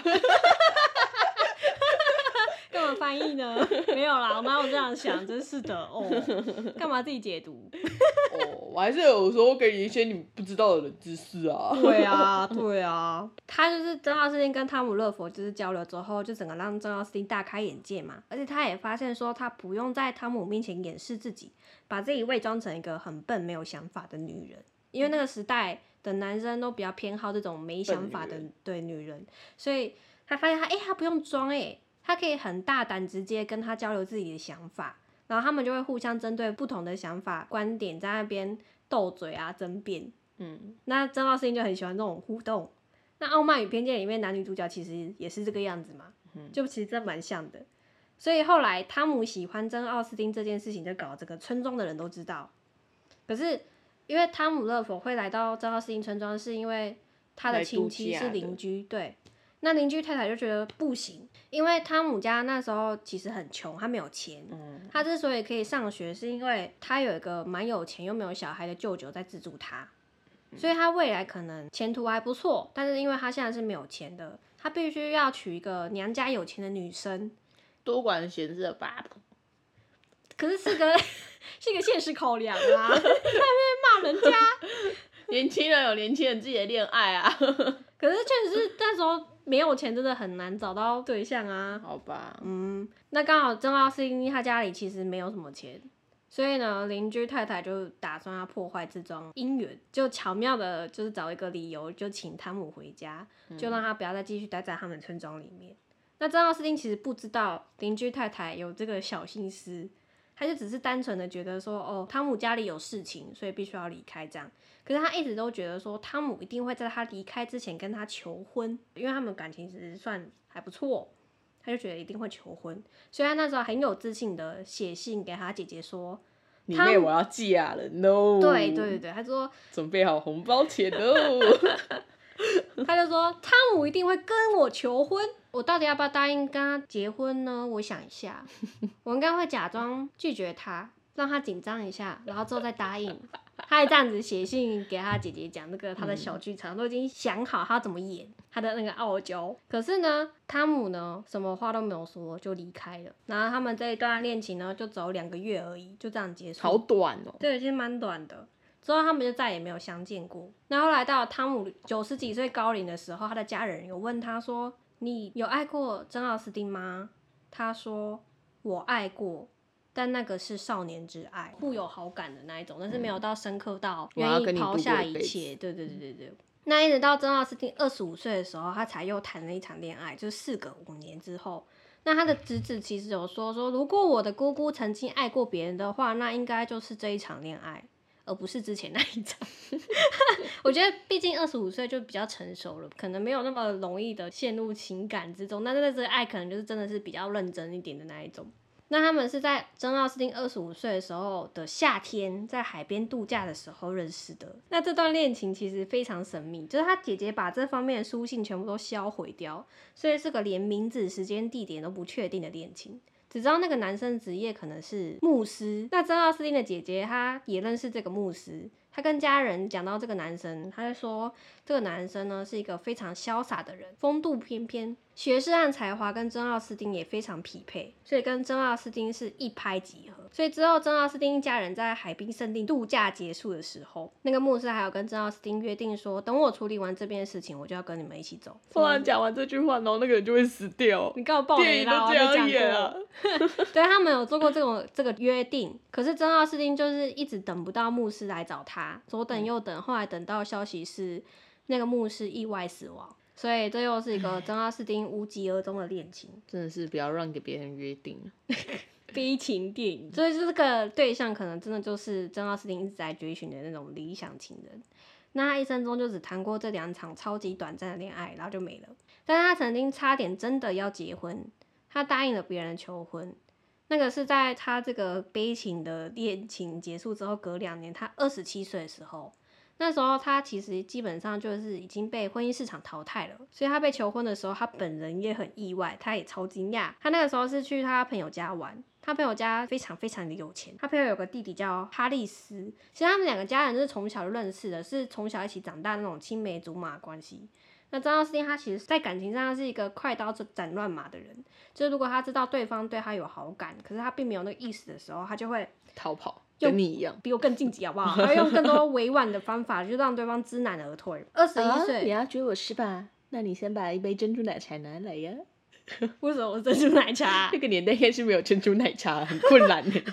干嘛翻译呢？没有啦，我哪有这样想？真是的哦，干嘛自己解读？ 哦，我还是有时候给你一些你不知道的冷知识啊。 对啊，对啊，他就是珍奥斯汀跟汤姆勒佛就是交流之后，就整个让珍奥斯汀大开眼界嘛。而且他也发现说，他不用在汤姆面前掩饰自己，把自己伪装成一个很笨、没有想法的女人。因为那个时代的男生都比较偏好这种没想法的对女人，所以他发现他哎、欸，他不用装哎、欸，他可以很大胆直接跟他交流自己的想法，然后他们就会互相针对不同的想法观点在那边斗嘴啊争辩。嗯，那珍奥斯汀就很喜欢这种互动。那《傲慢与偏见》里面男女主角其实也是这个样子嘛，就其实真蛮像的。所以后来汤姆喜欢珍奥斯汀这件事情，就搞这个村庄的人都知道。可是因为汤姆勒佛会来到珍奥斯汀村庄，是因为他的亲戚是邻居，对。那邻居太太就觉得不行，因为汤姆家那时候其实很穷，他没有钱。嗯、他之所以可以上学，是因为他有一个蛮有钱又没有小孩的舅舅在资助他，所以他未来可能前途还不错。但是因为他现在是没有钱的，他必须要娶一个娘家有钱的女生， 多管闲事的爸爸。 可是是个是一个现实考量啊，在那边骂人家。 年轻人有年轻人自己的恋爱啊。 可是确实是那时候没有钱，真的很难找到对象啊。 好吧， 嗯，那刚好珍奥斯汀他家里其实没有什么钱，所以呢，邻居太太就打算要破坏这桩姻缘，就巧妙的就是找一个理由，就请汤姆回家，就让他不要再继续待在他们村庄里面。嗯、那珍奥斯汀其实不知道邻居太太有这个小心思。他就只是单纯的觉得说，哦，汤姆家里有事情，所以必须要离开这样。可是他一直都觉得说，汤姆一定会在他离开之前跟他求婚，因为他们感情其实算还不错，他就觉得一定会求婚，所以他那时候很有自信的写信给他姐姐说， 你妹我要嫁了 ，no。 对对对对，他说准备好红包钱喽。 他就说汤姆一定会跟我求婚，我到底要不要答应跟他结婚呢？我想一下，我应该会假装拒绝他，让他紧张一下，然后之后再答应。他还这样子写信给他姐姐讲那个他的小剧场，嗯、都已经想好他怎么演他的那个傲娇。可是呢，汤姆呢什么话都没有说就离开了，然后他们这一段恋情呢就走两个月而已，就这样结束。 好短哦。 对，其实蛮短的。之后他们就再也没有相见过。然后来到汤姆九十几岁高龄的时候，他的家人有问他说：“ 你有爱过珍奥斯汀吗？他说我爱过，但那个是少年之爱，互有好感的那一种，但是没有到深刻到愿意抛下一切。对对对对对。那一直到珍奥斯汀二十五岁的时候，他才又谈了一场恋爱，就是事隔五年之后。那他的侄子其实有说说，如果我的姑姑曾经爱过别人的话，那应该就是这一场恋爱，而不是之前那一场。我觉得毕竟二十五岁就比较成熟了，可能没有那么容易的陷入情感之中，但是这个爱可能就是真的是比较认真一点的那一种。那他们是在珍奥斯汀二十五岁的时候的夏天，在海边度假的时候认识的。那这段恋情其实非常神秘，就是他姐姐把这方面的书信全部都销毁掉，所以是个连名字、时间、地点都不确定的恋情。只知道那个男生职业可能是牧师，那珍奥斯汀的姐姐她也认识这个牧师，她跟家人讲到这个男生，她就说这个男生呢是一个非常潇洒的人，风度翩翩，学识和才华跟珍奥斯汀也非常匹配，所以跟珍奥斯汀是一拍即合。所以之后珍奥斯汀一家人在海滨圣地度假结束的时候，那个牧师还有跟珍奥斯汀约定说，等我处理完这边的事情，我就要跟你们一起走。 突然讲完这句话，然后那个人就会死掉。 你干嘛爆雷啦？ 电影都这样演啊。 对，他们有做过这种这个约定，可是珍奥斯汀就是一直等不到牧师来找他，左等右等，后来等到消息是那个牧师意外死亡，所以这又是一个珍奥斯汀无疾而终的恋情。 真的是不要让给别人约定。 悲情电影，所以这个对象可能真的就是珍奥斯汀一直在追寻的那种理想情人。那他一生中就只谈过这两场超级短暂的恋爱，然后就没了。但是他曾经差点真的要结婚，他答应了别人求婚。那个是在他这个悲情的恋情结束之后，隔两年，他二十七岁的时候。那时候他其实基本上就是已经被婚姻市场淘汰了，所以他被求婚的时候，他本人也很意外，他也超惊讶。他那个时候是去他朋友家玩，他朋友家非常非常的有钱，他朋友有个弟弟叫哈利斯，其实他们两个家人就是从小就认识的，是从小一起长大的那种青梅竹马关系。那珍奥斯汀他其实在感情上是一个快刀斩乱麻的人，就是如果他知道对方对他有好感，可是他并没有那个意思的时候，他就会逃跑，跟你一样， 比我更晋级好不好？他会用更多委婉的方法，就让对方知难而退。二十一岁， 你要追我是吧？那你先把一杯珍珠奶茶拿来呀。 为什么珍珠奶茶？ 那个年代应该是没有珍珠奶茶，很困难呢。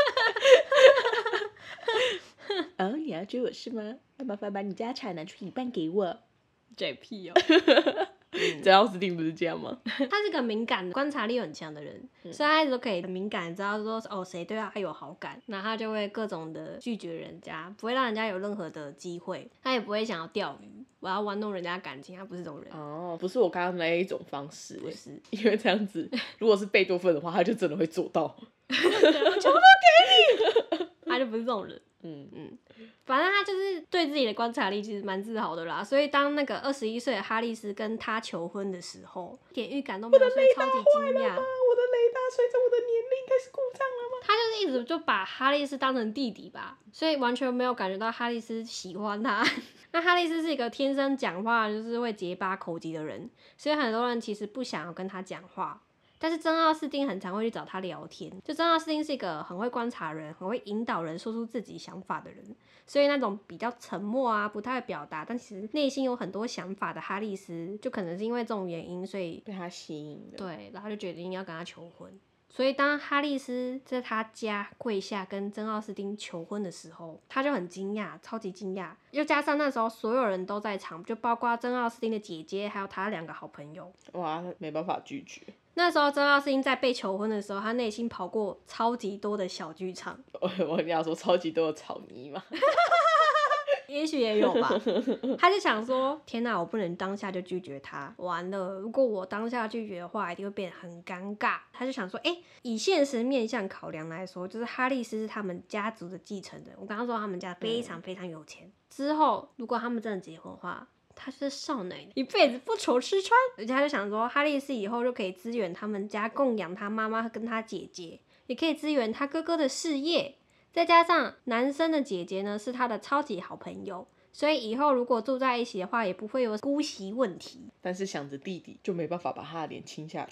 哦，你要追我是吗？那麻烦把你家茶拿出一半给我。 嘴屁哦。 珍奥斯汀不是这样吗？ 他是个敏感的、观察力很强的人，嗯、所以他一直都可以很敏感，知道说哦谁对他有好感，那他就会各种的拒绝人家，不会让人家有任何的机会，他也不会想要钓鱼，我要玩弄人家感情，他不是这种人。 哦，不是我刚刚那一种方式， 不是， 因为这样子，如果是贝多芬的话，他就真的会做到， 全部都给你，他就不是这种人。嗯嗯，反正他就是对自己的观察力其实蛮自豪的啦，所以当那个二十一岁的哈利斯跟他求婚的时候，一点预感都没有，所以超级惊讶。我的雷达随着我的年龄开始故障了吗？ 他就是一直就把哈利斯当成弟弟吧，所以完全没有感觉到哈利斯喜欢他。那哈利斯是一个天生讲话就是会结巴口疾的人，所以很多人其实不想要跟他讲话。但是珍奥斯汀很常会去找他聊天，就珍奥斯汀是一个很会观察人、很会引导人说出自己想法的人，所以那种比较沉默啊、不太会表达，但其实内心有很多想法的哈利斯，就可能是因为这种原因，所以被他吸引了。 对，然后就决定要跟他求婚。所以当哈利斯在他家跪下跟珍奥斯汀求婚的时候，他就很惊讶，超级惊讶，又加上那时候所有人都在场，就包括珍奥斯汀的姐姐还有他两个好朋友， 哇，没办法拒绝。 那时候珍奥斯汀在被求婚的时候，他内心跑过超级多的小剧场。 我我跟你要说超级多的草泥嘛。 也许也有吧。他就想说，天哪，我不能当下就拒绝他，完了，如果我当下拒绝的话，一定会变得很尴尬。他就想说，哎、欸，以现实面向考量来说，就是哈利斯是他们家族的继承人。我刚刚说他们家非常非常有钱，嗯、之后如果他们真的结婚的话，他是少奶奶，一辈子不愁吃穿。而且他就想说，哈利斯以后就可以支援他们家供养他妈妈跟他姐姐，也可以支援他哥哥的事业。再加上男生的姐姐呢是他的超级好朋友，所以以后如果住在一起的话，也不会有姑息问题。 但是想着弟弟，就没办法把他的脸亲下去。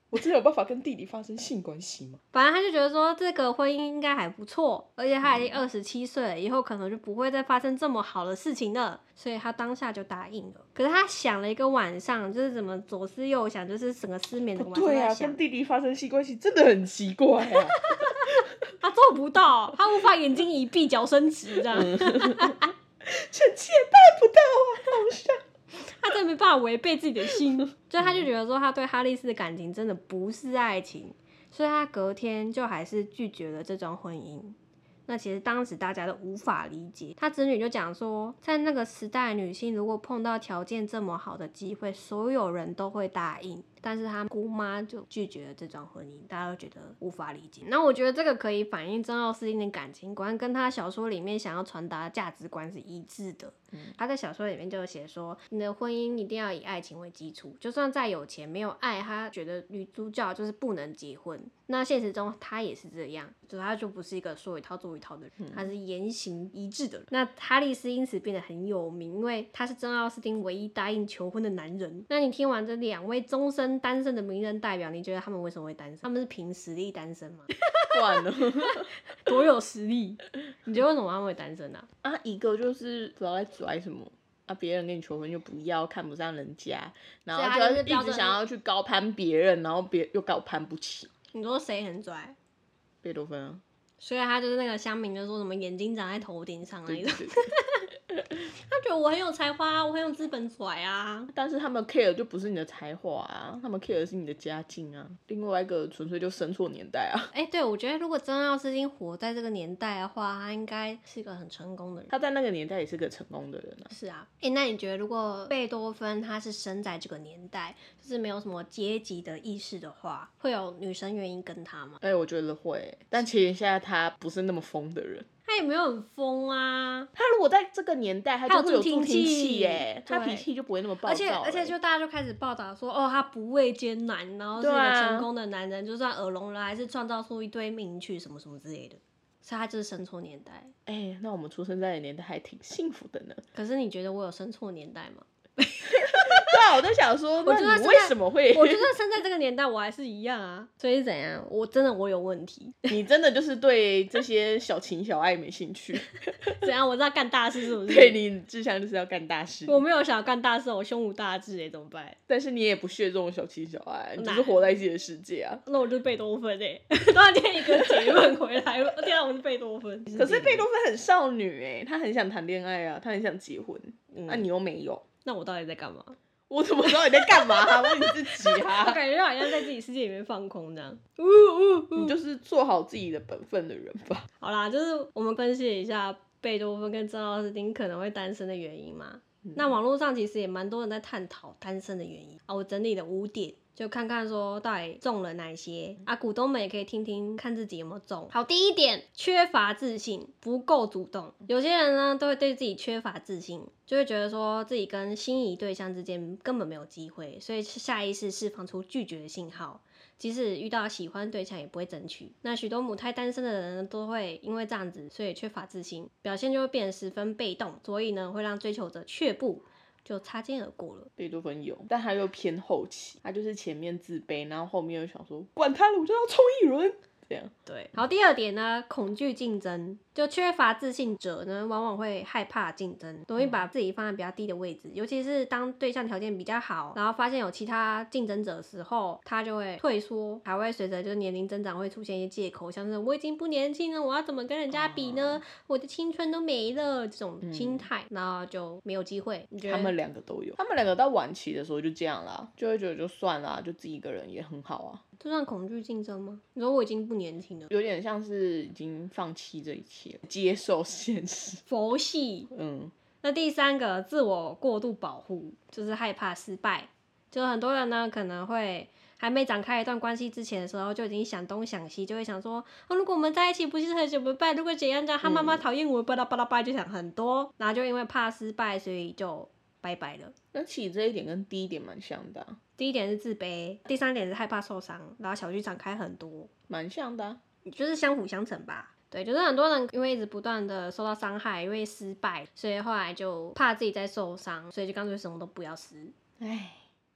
我真的有办法跟弟弟发生性关系吗？ 反正他就觉得说这个婚姻应该还不错，而且他已经二十七岁了，以后可能就不会再发生这么好的事情了，所以他当下就答应了。可是他想了一个晚上，就是怎么左思右想，就是整个失眠的晚上对啊， 在想。 跟弟弟发生性关系真的很奇怪啊。 他做不到，他无法眼睛一闭脚伸直这样。 臣妾办不到啊，好像。 他真的没办法违背自己的心，所以他就觉得说他对哈利斯的感情真的不是爱情，所以他隔天就还是拒绝了这桩婚姻。那其实当时大家都无法理解，他子女就讲说，在那个时代，女性如果碰到条件这么好的机会，所有人都会答应，但是他姑妈就拒绝了这桩婚姻，大家都觉得无法理解。那我觉得这个可以反映珍奥斯汀的感情观跟他小说里面想要传达的价值观是一致的。嗯、他在小说里面就写说，你的婚姻一定要以爱情为基础，就算再有钱没有爱，他觉得女主角就是不能结婚。那现实中他也是这样，就他就不是一个说一套做一套的人，他是言行一致的人。那哈利斯因此变得很有名，因为他是珍奥斯汀唯一答应求婚的男人。那你听完这两位终身单身的名人代表，你觉得他们为什么会单身？他们是凭实力单身吗？ 算了， 多有实力！你觉得为什么他们会单身啊？ 啊，一个就是不知道在拽什么。啊，别人跟你求婚就不要，看不上人家，然后就一直想要去高攀别人，然后别又高攀不起。 你说谁很拽？ 贝多芬啊。 所以他就是那个乡民就说什么眼睛长在头顶上那一种。 对对对他觉得我很有才华，我很有资本拽啊。 但是他们 care 就不是你的才华啊，他们 care 的是你的家境啊。另外一个纯粹就生错年代啊。 哎、欸，对，我觉得如果珍奥斯汀活在这个年代的话，他应该是一个很成功的人。 他在那个年代也是个成功的人啊。 是啊。哎、欸，那你觉得如果贝多芬他是生在这个年代，就是没有什么阶级的意识的话，会有女生愿意跟他吗？ 哎、欸，我觉得会，但其实现在他不是那么疯的人。 他也没有很疯啊。 他如果在这个年代，他就会有助听器耶，他脾气就不会那么暴躁。而且而且就大家就开始报道说，哦，他不畏艰难，然后是一个成功的男人，啊、就算耳聋了，还是创造出一堆名曲什么什么之类的。所以他就是生错年代。 哎、欸，那我们出生在的年代还挺幸福的呢。 可是你觉得我有生错年代吗？ 对啊，我在想说，那你为什么会？ 我就算生在这个年代，我还是一样啊。所以是怎样？我真的我有问题。 你真的就是对这些小情小爱没兴趣？ 怎样？我是要干大事是不是？ 对，你志向就是要干大事。 我没有想要干大事，我胸无大志哎，怎么办？ 但是你也不屑这种小情小爱，你就是活在自己的世界啊。 那我就是贝多芬哎，突然间一个结论回来了。天啊，我是贝多芬。 可是贝多芬很少女哎，她很想谈恋爱啊，她很想结婚，那、嗯啊、你又没有。 那我到底在干嘛？ 我怎么知道你在干嘛、啊？问你自己啊！ 我感觉好像在自己世界里面放空这样。 呜呜呜你就是做好自己的本分的人吧。 好啦，就是我们分析一下贝多芬跟珍奥斯汀可能会单身的原因嘛。嗯、那网络上其实也蛮多人在探讨单身的原因啊，我整理了五点。就看看说到底中了哪些啊，股东们也可以听听看自己有没有中。好，第一点，缺乏自信，不够主动。有些人呢都会对自己缺乏自信，就会觉得说自己跟心仪对象之间根本没有机会，所以下意识释放出拒绝的信号，即使遇到喜欢对象也不会争取。那许多母胎单身的人都会因为这样子，所以缺乏自信，表现就会变得十分被动，所以呢会让追求者却步，就擦肩而过了。 贝多芬有，但他又偏后期，他就是前面自卑，然后后面又想说管他了，我就要冲一轮。这样对。好，第二点呢，恐惧竞争，就缺乏自信者呢，往往会害怕竞争，容易把自己放在比较低的位置，尤其是当对象条件比较好，然后发现有其他竞争者的时候，他就会退缩，还会随着就是年龄增长会出现一些借口，像是我已经不年轻了，我要怎么跟人家比呢？我的青春都没了这种心态，嗯、然后就没有机会。你觉得？ 他们两个都有，他们两个到晚期的时候就这样啦，就会觉得就算啦，就自己一个人也很好啊。 这算恐惧竞争吗？你说我已经不年轻了， 有点像是已经放弃这一切，接受现实， 佛系。 嗯， 那第三个，自我过度保护，就是害怕失败。就很多人呢，可能会还没展开一段关系之前的时候，就已经想东想西，就会想说，哦，如果我们在一起不适合怎么办？如果怎样讲，他妈妈讨厌我，巴拉巴拉巴拉，就想很多，然后就因为怕失败，所以就拜拜了。 那其实这一点跟第一点蛮像的、啊。 第一点是自卑，第三点是害怕受伤，然后小剧场开很多， 蛮像的、啊， 就是相辅相成吧。对，就是很多人因为一直不断的受到伤害，因为失败，所以后来就怕自己再受伤，所以就干脆什么都不要试。 唉，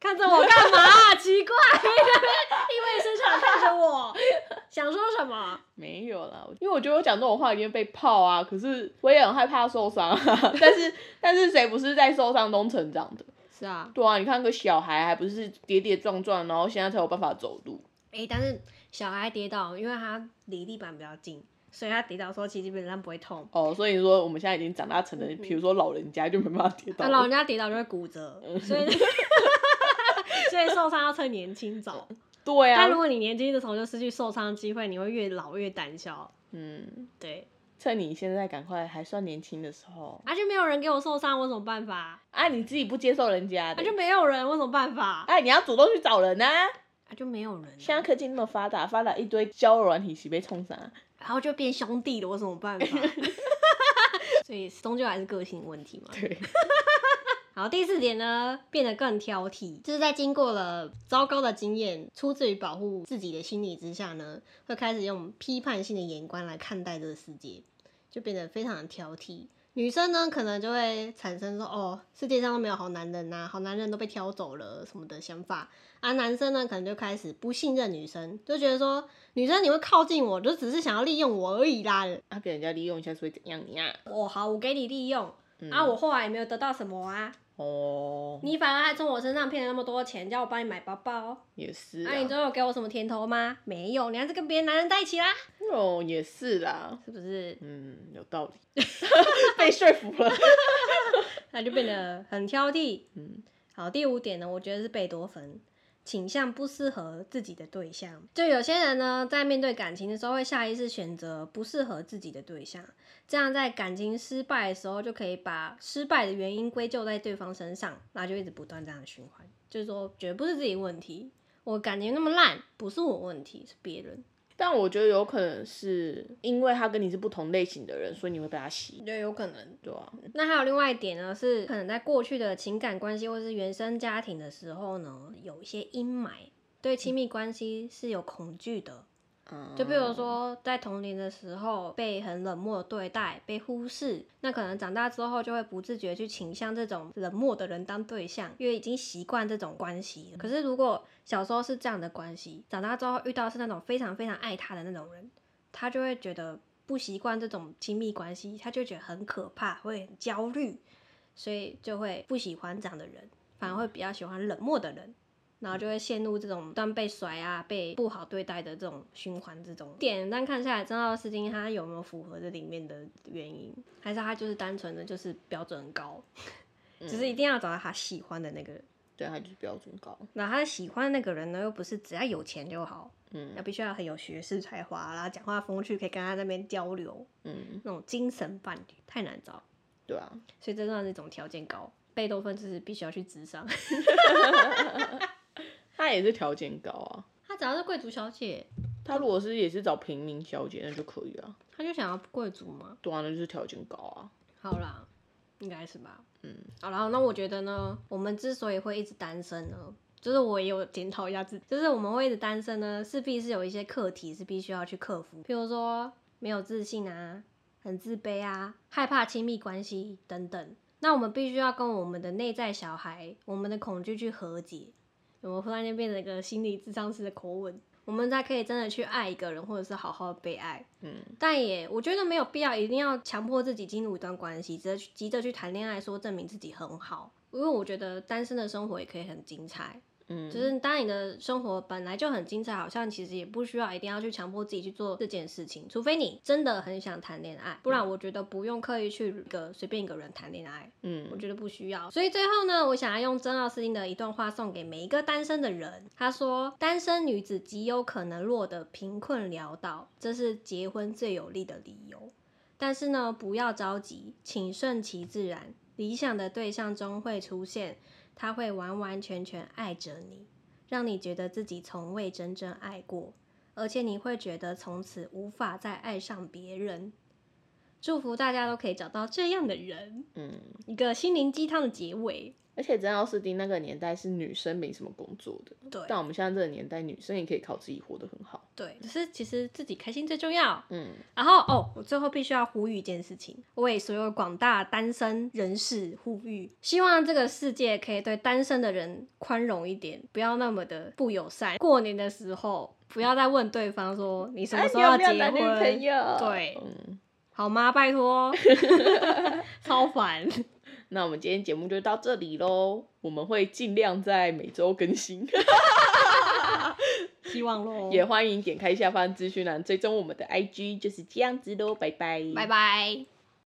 看着我干嘛？奇怪，意味深长看着我，想说什么？ 没有啦，因为我觉得我讲这种话一定会被泡啊。可是我也很害怕受伤啊。但是但是谁不是在受伤中成长的？ 是啊， 对啊，你看个小孩还不是跌跌撞撞，然后现在才有办法走路。 哎、欸，但是小孩跌倒，因为他离地板比较近，所以他跌倒的时候其实基本上不会痛。 哦，所以你说我们现在已经长大成人，比如说老人家就没办法跌倒。 那、啊、老人家跌倒就会骨折，所以所以受伤要趁年轻早。 对啊。 但如果你年轻的时候就失去受伤的机会，你会越老越胆小。 嗯， 对。 趁你现在赶快还算年轻的时候， 啊就没有人给我受伤，我有什么办法？ 啊你自己不接受人家的， 啊就没有人，我有什么办法？ 啊你要主动去找人啊， 啊就没有人、啊。 现在科技那么发达，发达一堆交友软体是被冲啥？ 然后就变兄弟了，我有什么办法？所以终究还是个性问题嘛。 对。 好，第四点呢，变得更挑剔，就是在经过了糟糕的经验，出自于保护自己的心理之下呢，会开始用批判性的眼光来看待这个世界，就变得非常的挑剔。女生呢，可能就会产生说，哦，世界上都没有好男人呐、啊，好男人都被挑走了什么的想法。啊，男生呢，可能就开始不信任女生，就觉得说，女生你会靠近我，就只是想要利用我而已啦。 啊，给人家利用一下是会怎样呀？ 哦，好，我给你利用，嗯、啊，我后来也没有得到什么啊。 哦， 你反而还从我身上骗了那么多钱，叫我帮你买包包， 也是啊。那、啊、你最后有给我什么甜头吗？没有，你还是跟别的男人在一起啦。 哦，也是啦， 是不是？ 嗯，有道理，被说服了。 那就变得很挑剔。嗯，好，第五点呢，我觉得是贝多芬。倾向不适合自己的对象，就有些人呢，在面对感情的时候，会下意识选择不适合自己的对象，这样在感情失败的时候，就可以把失败的原因归咎在对方身上，然后就一直不断这样的循环，就是说，绝不是自己问题，我感情那么烂，不是我问题，是别人。 但我觉得有可能是因为他跟你是不同类型的人，所以你会被他吸引。 对，有可能。 对啊。 那还有另外一点呢，是可能在过去的情感关系或是原生家庭的时候呢，有一些阴霾，对亲密关系是有恐惧的。嗯，就比如说在童年的时候被很冷漠的对待，被忽视，那可能长大之后就会不自觉去倾向这种冷漠的人当对象，因为已经习惯这种关系了。可是如果小时候是这样的关系，长大之后遇到是那种非常非常爱他的那种人，他就会觉得不习惯这种亲密关系，他就觉得很可怕，会很焦虑，所以就会不喜欢这样的人，反而会比较喜欢冷漠的人。然后就会陷入这种不断被甩啊、被不好对待的这种循环之中。点但看下来，真奥斯汀他有没有符合这里面的原因，还是他就是单纯的就是标准很高，嗯、只是一定要找到他喜欢的那个人。 对，他就是标准高。 那他喜欢的那个人呢，又不是只要有钱就好，嗯，要必须要很有学识才华，然后讲话风趣，可以跟他那边交流，嗯，那种精神伴侣太难找。 对啊， 所以这算是一种条件高。贝多芬就是必须要去咨商。 他也是条件高啊， 他只要是贵族小姐， 他如果是也是找平民小姐那就可以啊。 他就想要贵族嘛， 对啊，那就是条件高啊。 好啦，应该是吧。嗯，好啦，那我觉得呢，我们之所以会一直单身呢，就是我也有检讨一下自己，就是我们会一直单身呢，势必是有一些课题是必须要去克服，譬如说没有自信啊，很自卑啊，害怕亲密关系等等。那我们必须要跟我们的内在小孩，我们的恐惧去和解。我们忽然间变成一个心理咨商师的口吻，我们才可以真的去爱一个人，或者是好好的被爱。嗯，但也我觉得没有必要一定要强迫自己进入一段关系，急着急着去谈恋爱，说证明自己很好。因为我觉得单身的生活也可以很精彩。嗯，就是当你的生活本来就很精彩，好像其实也不需要一定要去强迫自己去做这件事情，除非你真的很想谈恋爱，不然我觉得不用刻意去一个随便一个人谈恋爱。嗯，我觉得不需要。所以最后呢，我想要用珍奥斯汀的一段话送给每一个单身的人。他说：单身女子极有可能落得贫困潦倒，这是结婚最有力的理由。但是呢，不要着急，请顺其自然，理想的对象中会出现。他会完完全全爱着你，让你觉得自己从未真正爱过，而且你会觉得从此无法再爱上别人。 祝福大家都可以找到这样的人， 嗯， 一个心灵鸡汤的结尾。 而且真奥斯汀那个年代是女生没什么工作的， 对， 但我们现在这个年代，女生也可以靠自己活得很好。 对，只是其实自己开心最重要。 嗯， 然后哦，我最后必须要呼吁一件事情，为所有广大单身人士呼吁，希望这个世界可以对单身的人宽容一点，不要那么的不友善。过年的时候，不要再问对方说你什么时候要结婚， 哎、你有没有男女朋友？ 对， 嗯， 好吗？拜托，超烦。 那我们今天节目就到这里咯，我们会尽量在每周更新， 希望咯。 也欢迎点开下方资讯栏追踪我们的 I G， 就是这样子咯，拜拜， 拜拜。